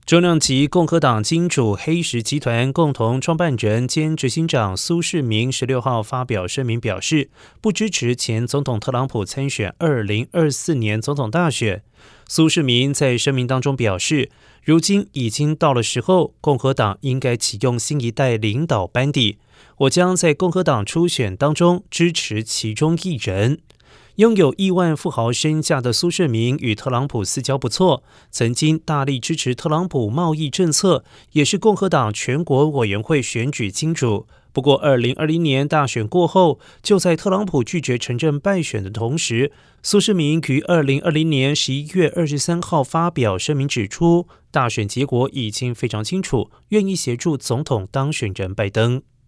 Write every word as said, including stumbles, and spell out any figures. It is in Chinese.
重量级共和党金主黑石集团共同创办人兼执行长苏世民十六号发表声明表示，不支持前总统特朗普参选二零二四年总统大选。苏世民在声明当中表示，如今已经到了时候，共和党应该启用新一代领导班底，我将在共和党初选当中支持其中一人。拥有亿万富豪身价的苏世民与特朗普私交不错，曾经大力支持特朗普贸易政策，也是共和党全国委员会选举金主。不过二零二零年大选过后，就在特朗普拒绝承认败选的同时，苏世民于二零二零年十一月二十三号发表声明指出，大选结果已经非常清楚，愿意协助总统当选人拜登。